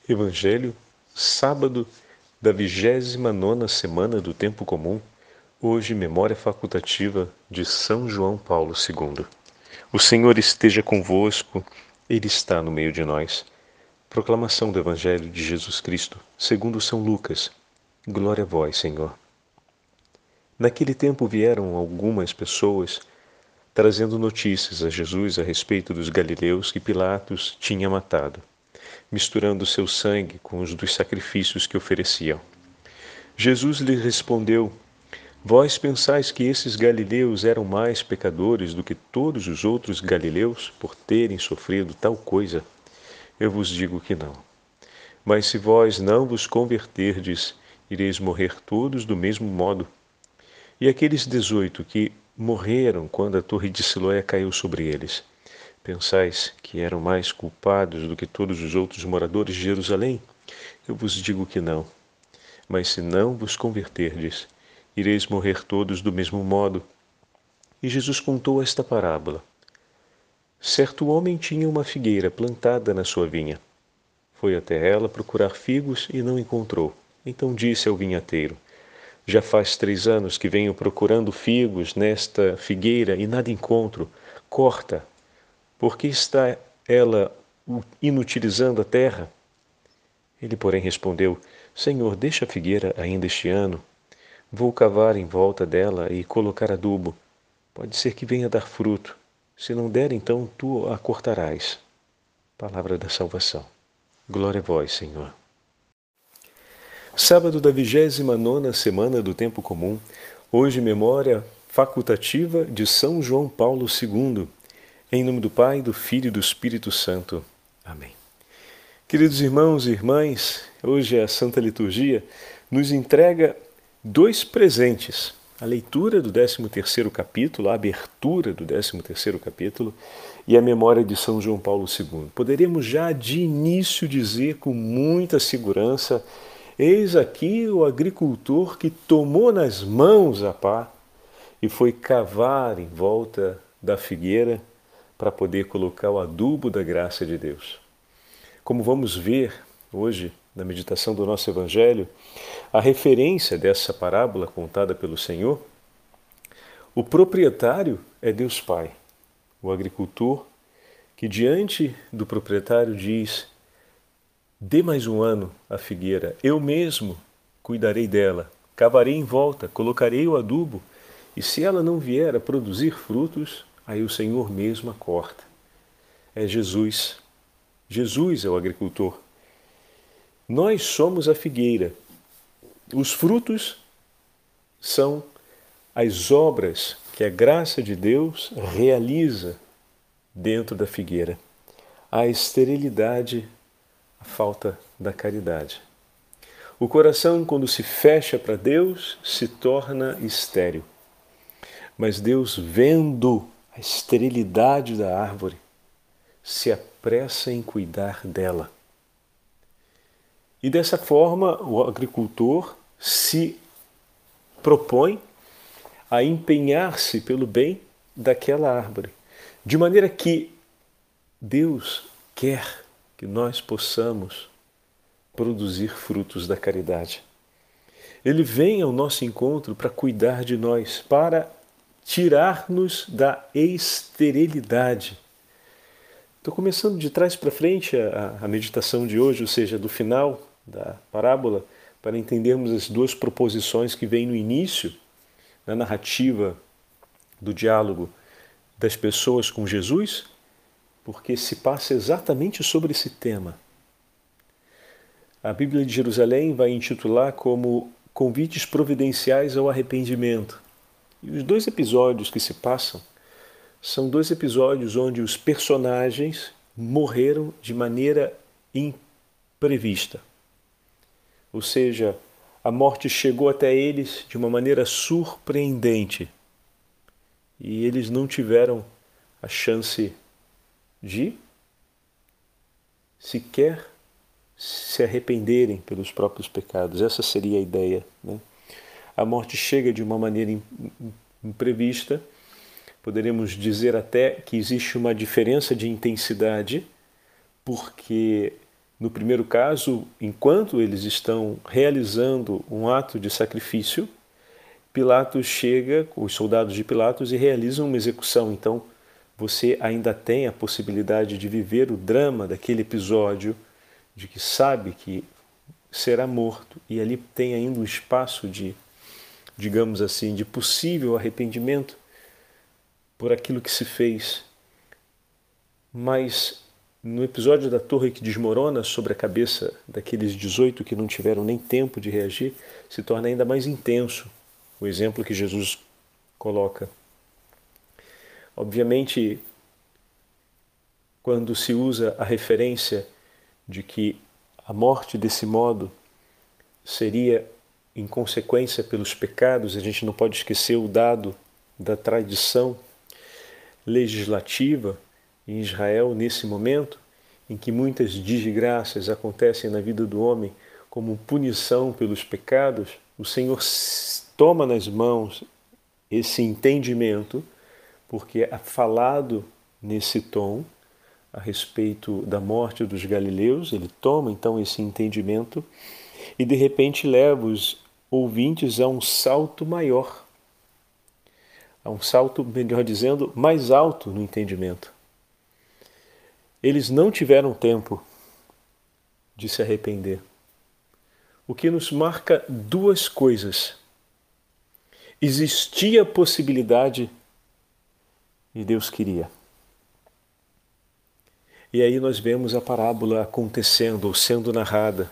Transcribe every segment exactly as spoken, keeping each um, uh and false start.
Evangelho, sábado da vigésima nona semana do Tempo Comum, hoje memória facultativa de São João Paulo segundo. O Senhor esteja convosco, Ele está no meio de nós. Proclamação do Evangelho de Jesus Cristo, segundo São Lucas. Glória a vós, Senhor. Naquele tempo vieram algumas pessoas trazendo notícias a Jesus a respeito dos galileus que Pilatos tinha matado, misturando seu sangue com os dos sacrifícios que ofereciam. Jesus lhes respondeu: Vós pensais que esses galileus eram mais pecadores do que todos os outros galileus por terem sofrido tal coisa? Eu vos digo que não. Mas se vós não vos converterdes, ireis morrer todos do mesmo modo. E aqueles dezoito que morreram quando a torre de Siloé caiu sobre eles, pensais que eram mais culpados do que todos os outros moradores de Jerusalém? Eu vos digo que não. Mas se não vos converterdes, ireis morrer todos do mesmo modo. E Jesus contou esta parábola. Certo homem tinha uma figueira plantada na sua vinha. Foi até ela procurar figos e não encontrou. Então disse ao vinhateiro: Já faz três anos que venho procurando figos nesta figueira e nada encontro. Corta, porque está ela inutilizando a terra? Ele, porém, respondeu: Senhor, deixa a figueira ainda este ano. Vou cavar em volta dela e colocar adubo. Pode ser que venha dar fruto. Se não der, então tu a cortarás. Palavra da salvação. Glória a vós, Senhor. Sábado da vigésima nona semana do Tempo Comum. Hoje, memória facultativa de São João Paulo segundo. Em nome do Pai, do Filho e do Espírito Santo. Amém. Queridos irmãos e irmãs, hoje a Santa Liturgia nos entrega dois presentes. A leitura do décimo terceiro capítulo, a abertura do décimo terceiro capítulo e a memória de São João Paulo segundo. Poderíamos já de início dizer com muita segurança: eis aqui o agricultor que tomou nas mãos a pá e foi cavar em volta da figueira para poder colocar o adubo da graça de Deus. Como vamos ver hoje na meditação do nosso Evangelho, a referência dessa parábola contada pelo Senhor, o proprietário é Deus Pai, o agricultor que diante do proprietário diz: dê mais um ano à figueira, eu mesmo cuidarei dela, cavarei em volta, colocarei o adubo, e se ela não vier a produzir frutos, aí o Senhor mesmo a corta. É Jesus. Jesus é o agricultor. Nós somos a figueira. Os frutos são as obras que a graça de Deus realiza dentro da figueira. A esterilidade, a falta da caridade. O coração, quando se fecha para Deus, se torna estéril. Mas Deus, vendo a esterilidade da árvore, se apressa em cuidar dela. E dessa forma, o agricultor se propõe a empenhar-se pelo bem daquela árvore, de maneira que Deus quer que nós possamos produzir frutos da caridade. Ele vem ao nosso encontro para cuidar de nós, para tirar-nos da esterilidade. Estou começando de trás para frente a, a meditação de hoje, ou seja, do final da parábola, para entendermos as duas proposições que vêm no início, na narrativa do diálogo das pessoas com Jesus, porque se passa exatamente sobre esse tema. A Bíblia de Jerusalém vai intitular como convites providenciais ao arrependimento. E os dois episódios que se passam são dois episódios onde os personagens morreram de maneira imprevista. Ou seja, a morte chegou até eles de uma maneira surpreendente. E eles não tiveram a chance de sequer se arrependerem pelos próprios pecados. Essa seria a ideia, né? A morte chega de uma maneira imprevista. Poderíamos dizer até que existe uma diferença de intensidade, porque No primeiro caso, enquanto eles estão realizando um ato de sacrifício, Pilatos chega, os soldados de Pilatos, e realizam uma execução. Então, você ainda tem a possibilidade de viver o drama daquele episódio, de que sabe que será morto, e ali tem ainda um espaço de, digamos assim, de possível arrependimento por aquilo que se fez. Mas no episódio da torre que desmorona sobre a cabeça daqueles dezoito que não tiveram nem tempo de reagir, se torna ainda mais intenso o exemplo que Jesus coloca. Obviamente, quando se usa a referência de que a morte desse modo seria em consequência pelos pecados, a gente não pode esquecer o dado da tradição legislativa em Israel nesse momento, em que muitas desgraças acontecem na vida do homem como punição pelos pecados. O Senhor toma nas mãos esse entendimento, porque é falado nesse tom a respeito da morte dos galileus. Ele toma então esse entendimento e de repente leva os ouvintes a um salto maior, a um salto, melhor dizendo, mais alto no entendimento. Eles não tiveram tempo de se arrepender. O que nos marca duas coisas. Existia a possibilidade e Deus queria. E aí nós vemos a parábola acontecendo ou sendo narrada.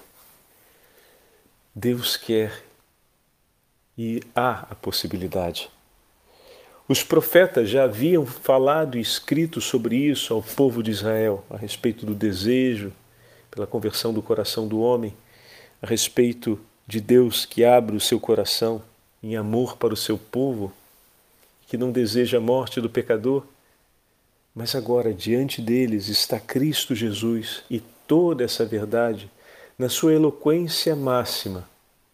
Deus quer e há a possibilidade. Os profetas já haviam falado e escrito sobre isso ao povo de Israel, a respeito do desejo pela conversão do coração do homem, a respeito de Deus que abre o seu coração em amor para o seu povo, que não deseja a morte do pecador. Mas agora, diante deles está Cristo Jesus e toda essa verdade na sua eloquência máxima.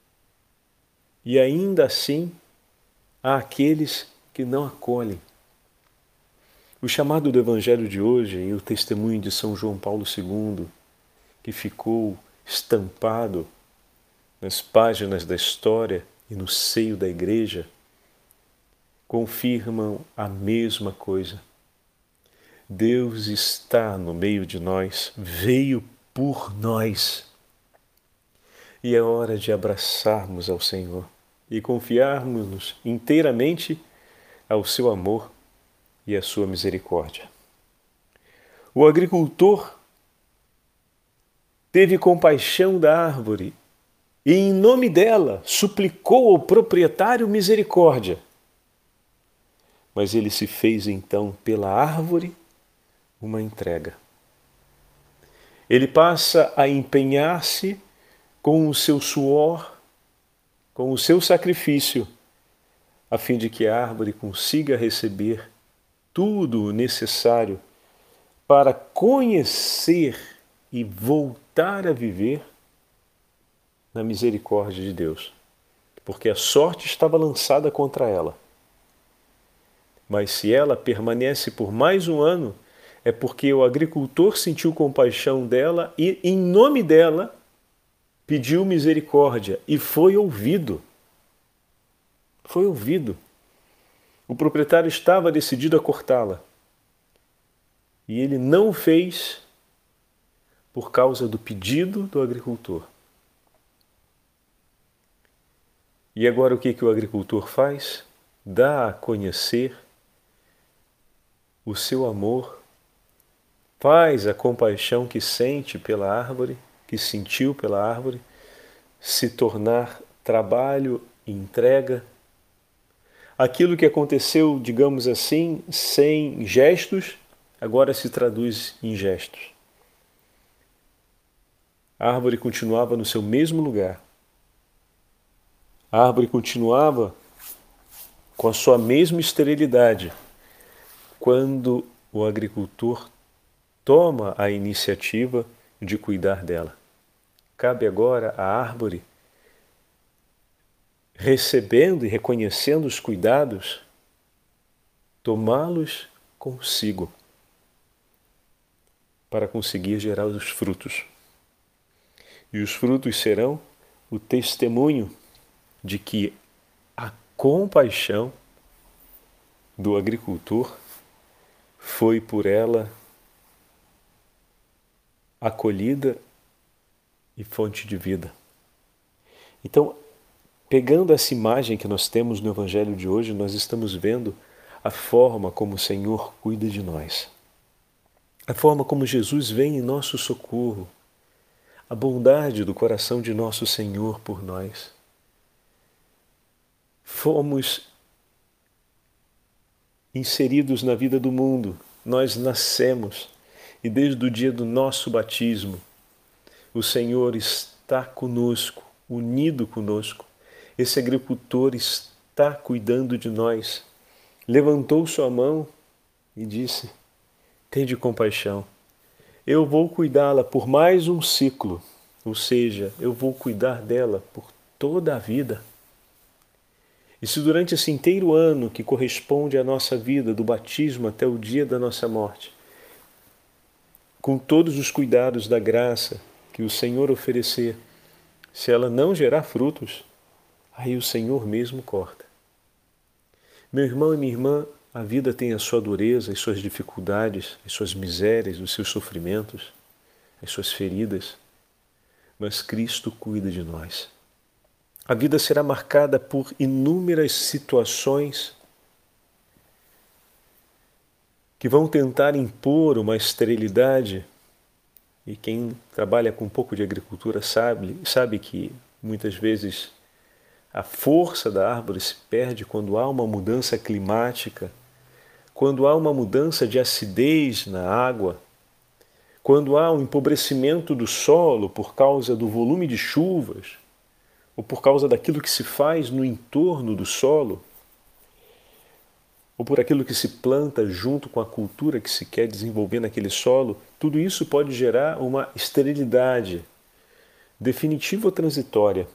E ainda assim, há aqueles que não acolhem. O chamado do Evangelho de hoje e o testemunho de São João Paulo segundo, que ficou estampado nas páginas da história e no seio da Igreja, confirmam a mesma coisa. Deus está no meio de nós, veio por nós. E é hora de abraçarmos ao Senhor e confiarmos-nos inteiramente ao seu amor e à sua misericórdia. O agricultor teve compaixão da árvore e, em nome dela, suplicou ao proprietário misericórdia. Mas ele se fez então pela árvore uma entrega. Ele passa a empenhar-se com o seu suor, com o seu sacrifício, a fim de que a árvore consiga receber tudo o necessário para conhecer e voltar a viver na misericórdia de Deus, porque a sorte estava lançada contra ela. Mas se ela permanece por mais um ano, é porque o agricultor sentiu compaixão dela e, em nome dela, pediu misericórdia e foi ouvido. Foi ouvido. O proprietário estava decidido a cortá-la. E ele não o fez por causa do pedido do agricultor. E agora o que, que o agricultor faz? Dá a conhecer o seu amor, faz a compaixão que sente pela árvore, que sentiu pela árvore, se tornar trabalho e entrega. Aquilo que aconteceu, digamos assim, sem gestos, agora se traduz em gestos. A árvore continuava no seu mesmo lugar. A árvore continuava com a sua mesma esterilidade quando o agricultor toma a iniciativa de cuidar dela. Cabe agora à árvore, recebendo e reconhecendo os cuidados, tomá-los consigo para conseguir gerar os frutos. E os frutos serão o testemunho de que a compaixão do agricultor foi por ela acolhida e fonte de vida. Então, pegando essa imagem que nós temos no Evangelho de hoje, nós estamos vendo a forma como o Senhor cuida de nós. A forma como Jesus vem em nosso socorro. A bondade do coração de nosso Senhor por nós. Fomos inseridos na vida do mundo. Nós nascemos e desde o dia do nosso batismo, o Senhor está conosco, unido conosco. Esse agricultor está cuidando de nós. Levantou sua mão e disse: tende compaixão. Eu vou cuidá-la por mais um ciclo, ou seja, eu vou cuidar dela por toda a vida. E se durante esse inteiro ano que corresponde à nossa vida, do batismo até o dia da nossa morte, com todos os cuidados da graça que o Senhor oferecer, se ela não gerar frutos, aí o Senhor mesmo corta. Meu irmão e minha irmã, a vida tem a sua dureza, as suas dificuldades, as suas misérias, os seus sofrimentos, as suas feridas, mas Cristo cuida de nós. A vida será marcada por inúmeras situações que vão tentar impor uma esterilidade, e quem trabalha com um pouco de agricultura sabe, sabe que muitas vezes a força da árvore se perde quando há uma mudança climática, quando há uma mudança de acidez na água, quando há um empobrecimento do solo por causa do volume de chuvas, ou por causa daquilo que se faz no entorno do solo, ou por aquilo que se planta junto com a cultura que se quer desenvolver naquele solo, tudo isso pode gerar uma esterilidade, definitiva ou transitória,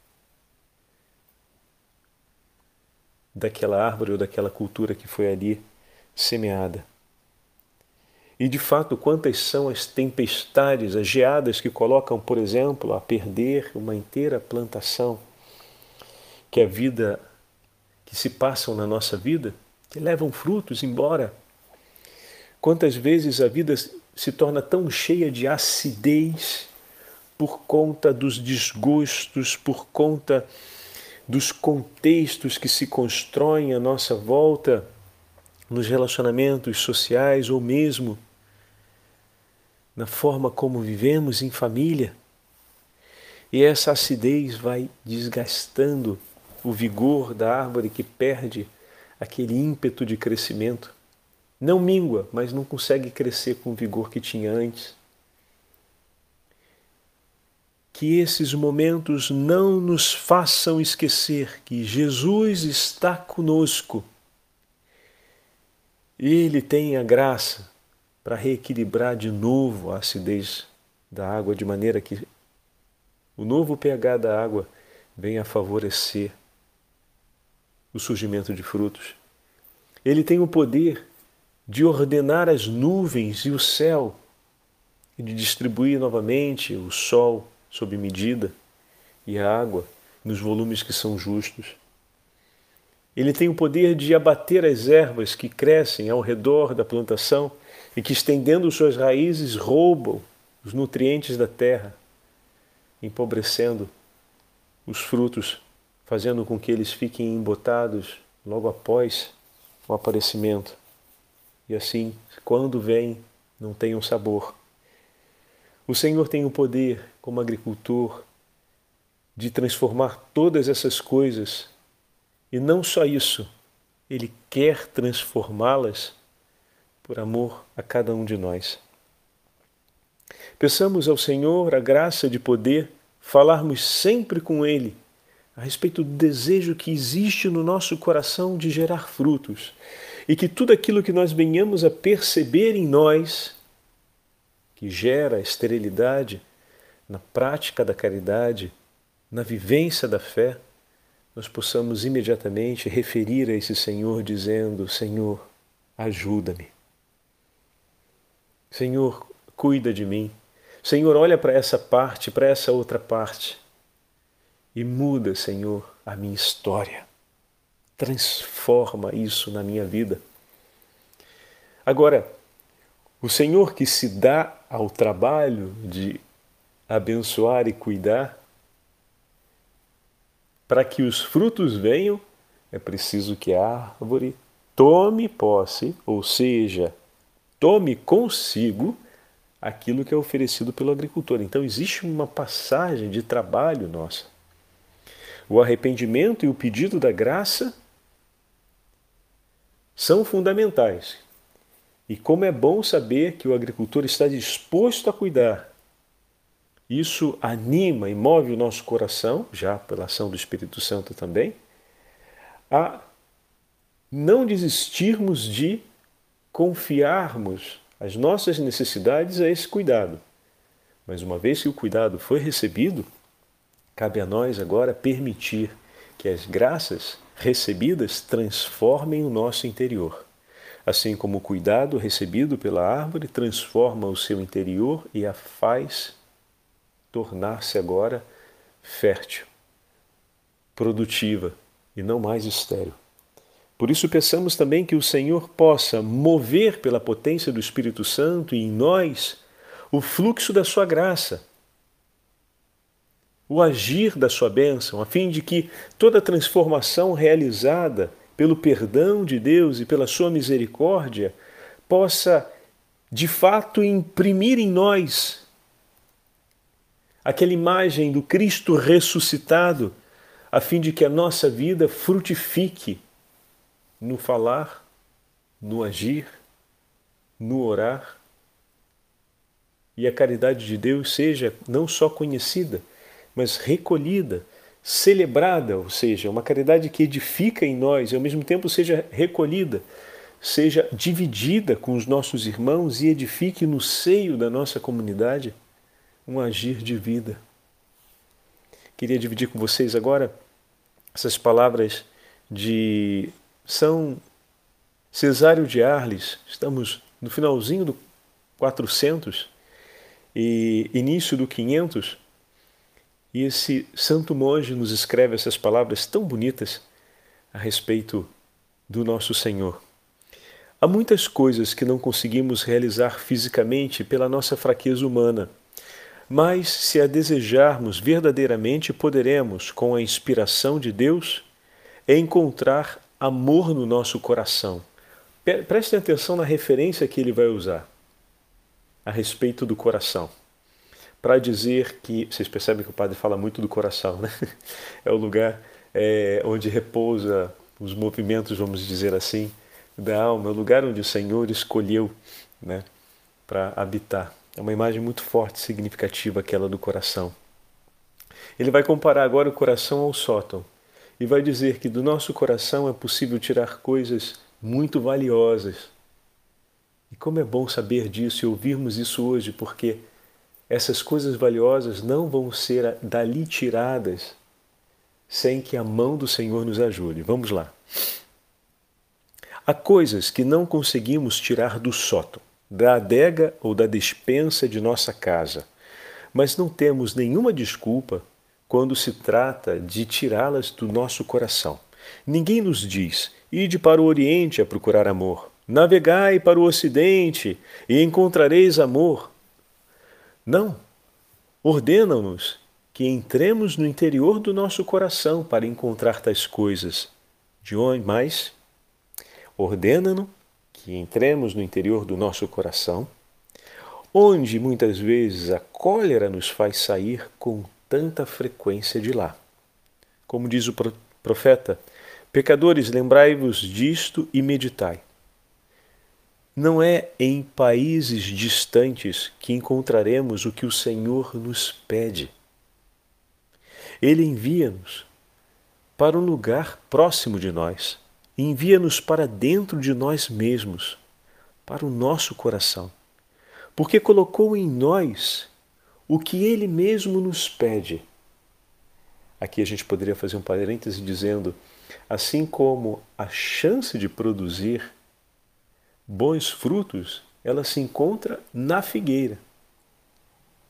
daquela árvore ou daquela cultura que foi ali semeada. E de fato, quantas são as tempestades, as geadas que colocam, por exemplo, a perder uma inteira plantação, que a vida, que se passam na nossa vida, que levam frutos embora. Quantas vezes a vida se torna tão cheia de acidez por conta dos desgostos, por conta dos contextos que se constroem à nossa volta, nos relacionamentos sociais ou mesmo na forma como vivemos em família. E essa acidez vai desgastando o vigor da árvore que perde aquele ímpeto de crescimento. Não mingua, mas não consegue crescer com o vigor que tinha antes. Que esses momentos não nos façam esquecer que Jesus está conosco. Ele tem a graça para reequilibrar de novo a acidez da água, de maneira que o novo pH da água venha a favorecer o surgimento de frutos. Ele tem o poder de ordenar as nuvens e o céu e de distribuir novamente o sol sob medida e a água nos volumes que são justos. Ele tem o poder de abater as ervas que crescem ao redor da plantação e que, estendendo suas raízes, roubam os nutrientes da terra, empobrecendo os frutos, fazendo com que eles fiquem embotados logo após o aparecimento. E assim, quando vem, não tem um sabor. O Senhor tem o poder, como agricultor, de transformar todas essas coisas. E não só isso, Ele quer transformá-las por amor a cada um de nós. Peçamos ao Senhor a graça de poder falarmos sempre com Ele a respeito do desejo que existe no nosso coração de gerar frutos e que tudo aquilo que nós venhamos a perceber em nós, que gera esterilidade na prática da caridade, na vivência da fé, nós possamos imediatamente referir a esse Senhor dizendo: Senhor, ajuda-me. Senhor, cuida de mim. Senhor, olha para essa parte, para essa outra parte e muda, Senhor, a minha história. Transforma isso na minha vida. Agora, o Senhor que se dá ao trabalho de abençoar e cuidar, para que os frutos venham, é preciso que a árvore tome posse, ou seja, tome consigo aquilo que é oferecido pelo agricultor. Então existe uma passagem de trabalho nossa. O arrependimento e o pedido da graça são fundamentais. E como é bom saber que o agricultor está disposto a cuidar. Isso anima e move o nosso coração, já pela ação do Espírito Santo também, a não desistirmos de confiarmos as nossas necessidades a esse cuidado. Mas uma vez que o cuidado foi recebido, cabe a nós agora permitir que as graças recebidas transformem o nosso interior. Assim como o cuidado recebido pela árvore transforma o seu interior e a faz tornar-se agora fértil, produtiva e não mais estéril. Por isso peçamos também que o Senhor possa mover pela potência do Espírito Santo e em nós o fluxo da sua graça, o agir da sua bênção, a fim de que toda transformação realizada pelo perdão de Deus e pela sua misericórdia possa de fato imprimir em nós aquela imagem do Cristo ressuscitado, a fim de que a nossa vida frutifique no falar, no agir, no orar, e a caridade de Deus seja não só conhecida, mas recolhida, celebrada, ou seja, uma caridade que edifica em nós e ao mesmo tempo seja recolhida, seja dividida com os nossos irmãos e edifique no seio da nossa comunidade um agir de vida. Queria dividir com vocês agora essas palavras de São Cesário de Arles. Estamos no finalzinho do quatrocentos e início do quinhentos, e esse santo monge nos escreve essas palavras tão bonitas a respeito do nosso Senhor. Há muitas coisas que não conseguimos realizar fisicamente pela nossa fraqueza humana, mas se a desejarmos verdadeiramente, poderemos, com a inspiração de Deus, encontrar amor no nosso coração. Prestem atenção na referência que ele vai usar a respeito do coração. Para dizer que, vocês percebem que o padre fala muito do coração, né? É o lugar é, onde repousa os movimentos, vamos dizer assim, da alma, é o lugar onde o Senhor escolheu, né, para habitar. É uma imagem muito forte, significativa, aquela do coração. Ele vai comparar agora o coração ao sótão e vai dizer que do nosso coração é possível tirar coisas muito valiosas. E como é bom saber disso e ouvirmos isso hoje, porque essas coisas valiosas não vão ser dali tiradas sem que a mão do Senhor nos ajude. Vamos lá. Há coisas que não conseguimos tirar do sótão, da adega ou da despensa de nossa casa, mas não temos nenhuma desculpa quando se trata de tirá-las do nosso coração. Ninguém nos diz, ide para o Oriente a procurar amor, navegai para o Ocidente e encontrareis amor. Não, ordenam-nos que entremos no interior do nosso coração para encontrar tais coisas. De onde mais? Ordena-nos que entremos no interior do nosso coração, onde muitas vezes a cólera nos faz sair com tanta frequência de lá. Como diz o profeta, pecadores, lembrai-vos disto e meditai. Não é em países distantes que encontraremos o que o Senhor nos pede. Ele envia-nos para um lugar próximo de nós, envia-nos para dentro de nós mesmos, para o nosso coração, porque colocou em nós o que Ele mesmo nos pede. Aqui a gente poderia fazer um parêntese dizendo, assim como a chance de produzir bons frutos, ela se encontra na figueira.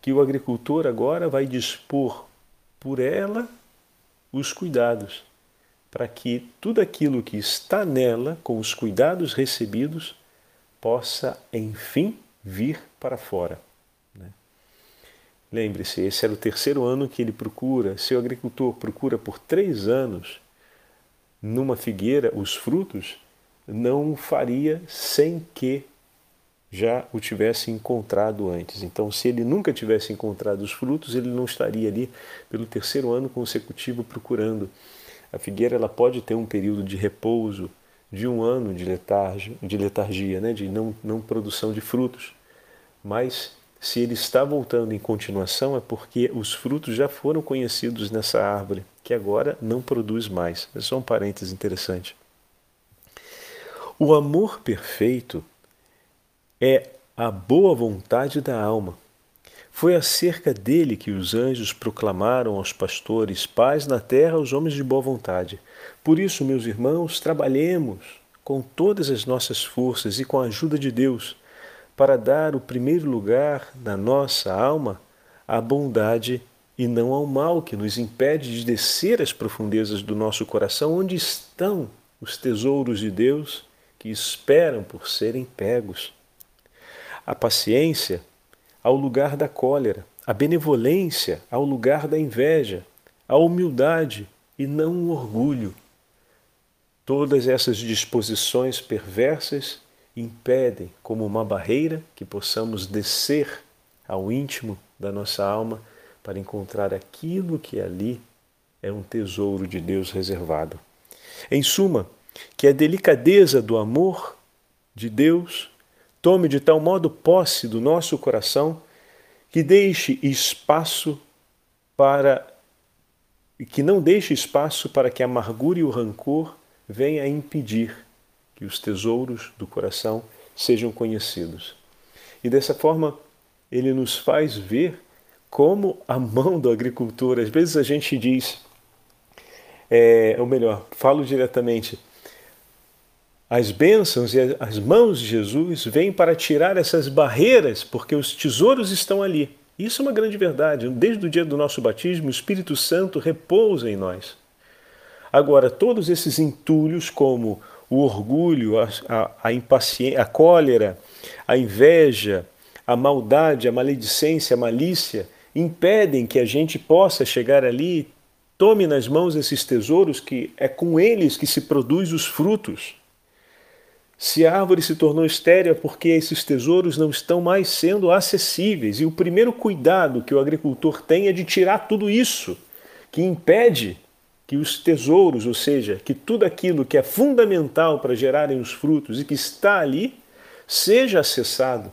que o agricultor agora vai dispor por ela os cuidados, para que tudo aquilo que está nela, com os cuidados recebidos, possa, enfim, vir para fora. Né? Lembre-se, esse era o terceiro ano que ele procura. Se o agricultor procura por três anos numa figueira os frutos, não o faria sem que já o tivesse encontrado antes. Então, se ele nunca tivesse encontrado os frutos, ele não estaria ali pelo terceiro ano consecutivo procurando. A figueira ela pode ter um período de repouso, de um ano de letargia, de, letargia, né? de não, não produção de frutos. Mas se ele está voltando em continuação é porque os frutos já foram conhecidos nessa árvore, que agora não produz mais. É só um parênteses interessante. O amor perfeito é a boa vontade da alma. Foi acerca dele que os anjos proclamaram aos pastores paz na terra aos homens de boa vontade. Por isso, meus irmãos, trabalhemos com todas as nossas forças e com a ajuda de Deus para dar o primeiro lugar na nossa alma à bondade e não ao mal que nos impede de descer às profundezas do nosso coração, onde estão os tesouros de Deus que esperam por serem pegos. A paciência ao lugar da cólera, a benevolência ao lugar da inveja, a humildade e não o orgulho. Todas essas disposições perversas impedem, como uma barreira, que possamos descer ao íntimo da nossa alma para encontrar aquilo que ali é um tesouro de Deus reservado. Em suma, que a delicadeza do amor de Deus tome de tal modo posse do nosso coração que deixe espaço para que não deixe espaço para que a amargura e o rancor venham a impedir que os tesouros do coração sejam conhecidos. E dessa forma ele nos faz ver como a mão do agricultor, às vezes a gente diz, é, ou melhor, falo diretamente, as bênçãos e as mãos de Jesus vêm para tirar essas barreiras, porque os tesouros estão ali. Isso é uma grande verdade. Desde o dia do nosso batismo, o Espírito Santo repousa em nós. Agora, todos esses entulhos, como o orgulho, a, a, a impaciência, a cólera, a inveja, a maldade, a maledicência, a malícia, impedem que a gente possa chegar ali e tome nas mãos esses tesouros, que é com eles que se produz os frutos. Se a árvore se tornou estéril é porque esses tesouros não estão mais sendo acessíveis. E o primeiro cuidado que o agricultor tem é de tirar tudo isso, que impede que os tesouros, ou seja, que tudo aquilo que é fundamental para gerarem os frutos e que está ali, seja acessado.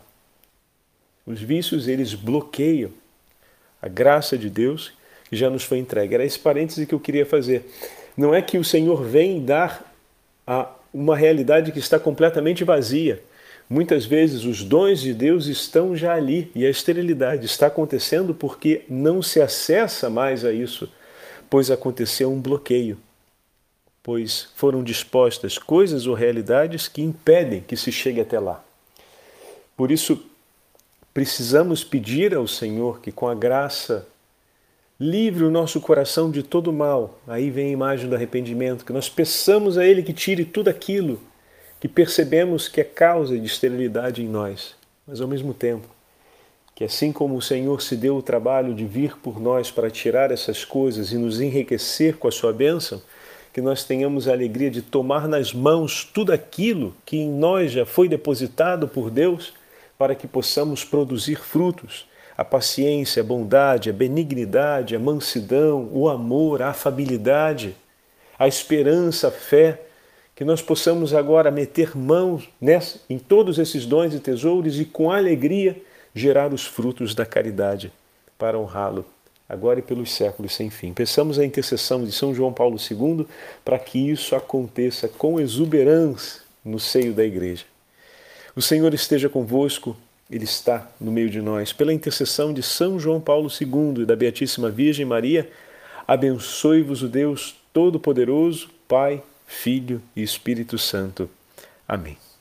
Os vícios, eles bloqueiam a graça de Deus que já nos foi entregue. Era esse parêntese que eu queria fazer. Não é que o Senhor vem dar a uma realidade que está completamente vazia. Muitas vezes os dons de Deus estão já ali e a esterilidade está acontecendo porque não se acessa mais a isso, pois aconteceu um bloqueio, pois foram dispostas coisas ou realidades que impedem que se chegue até lá. Por isso, precisamos pedir ao Senhor que com a graça livre o nosso coração de todo mal. Aí vem a imagem do arrependimento, que nós peçamos a Ele que tire tudo aquilo que percebemos que é causa de esterilidade em nós. Mas ao mesmo tempo, que assim como o Senhor se deu o trabalho de vir por nós para tirar essas coisas e nos enriquecer com a sua bênção, que nós tenhamos a alegria de tomar nas mãos tudo aquilo que em nós já foi depositado por Deus, para que possamos produzir frutos. A paciência, a bondade, a benignidade, a mansidão, o amor, a afabilidade, a esperança, a fé, que nós possamos agora meter mãos nessa, em todos esses dons e tesouros e com alegria gerar os frutos da caridade para honrá-lo, agora e pelos séculos sem fim. Peçamos a intercessão de São João Paulo segundo para que isso aconteça com exuberância no seio da Igreja. O Senhor esteja convosco. Ele está no meio de nós. Pela intercessão de São João Paulo segundo e da Beatíssima Virgem Maria, abençoe-vos o Deus Todo-Poderoso, Pai, Filho e Espírito Santo. Amém.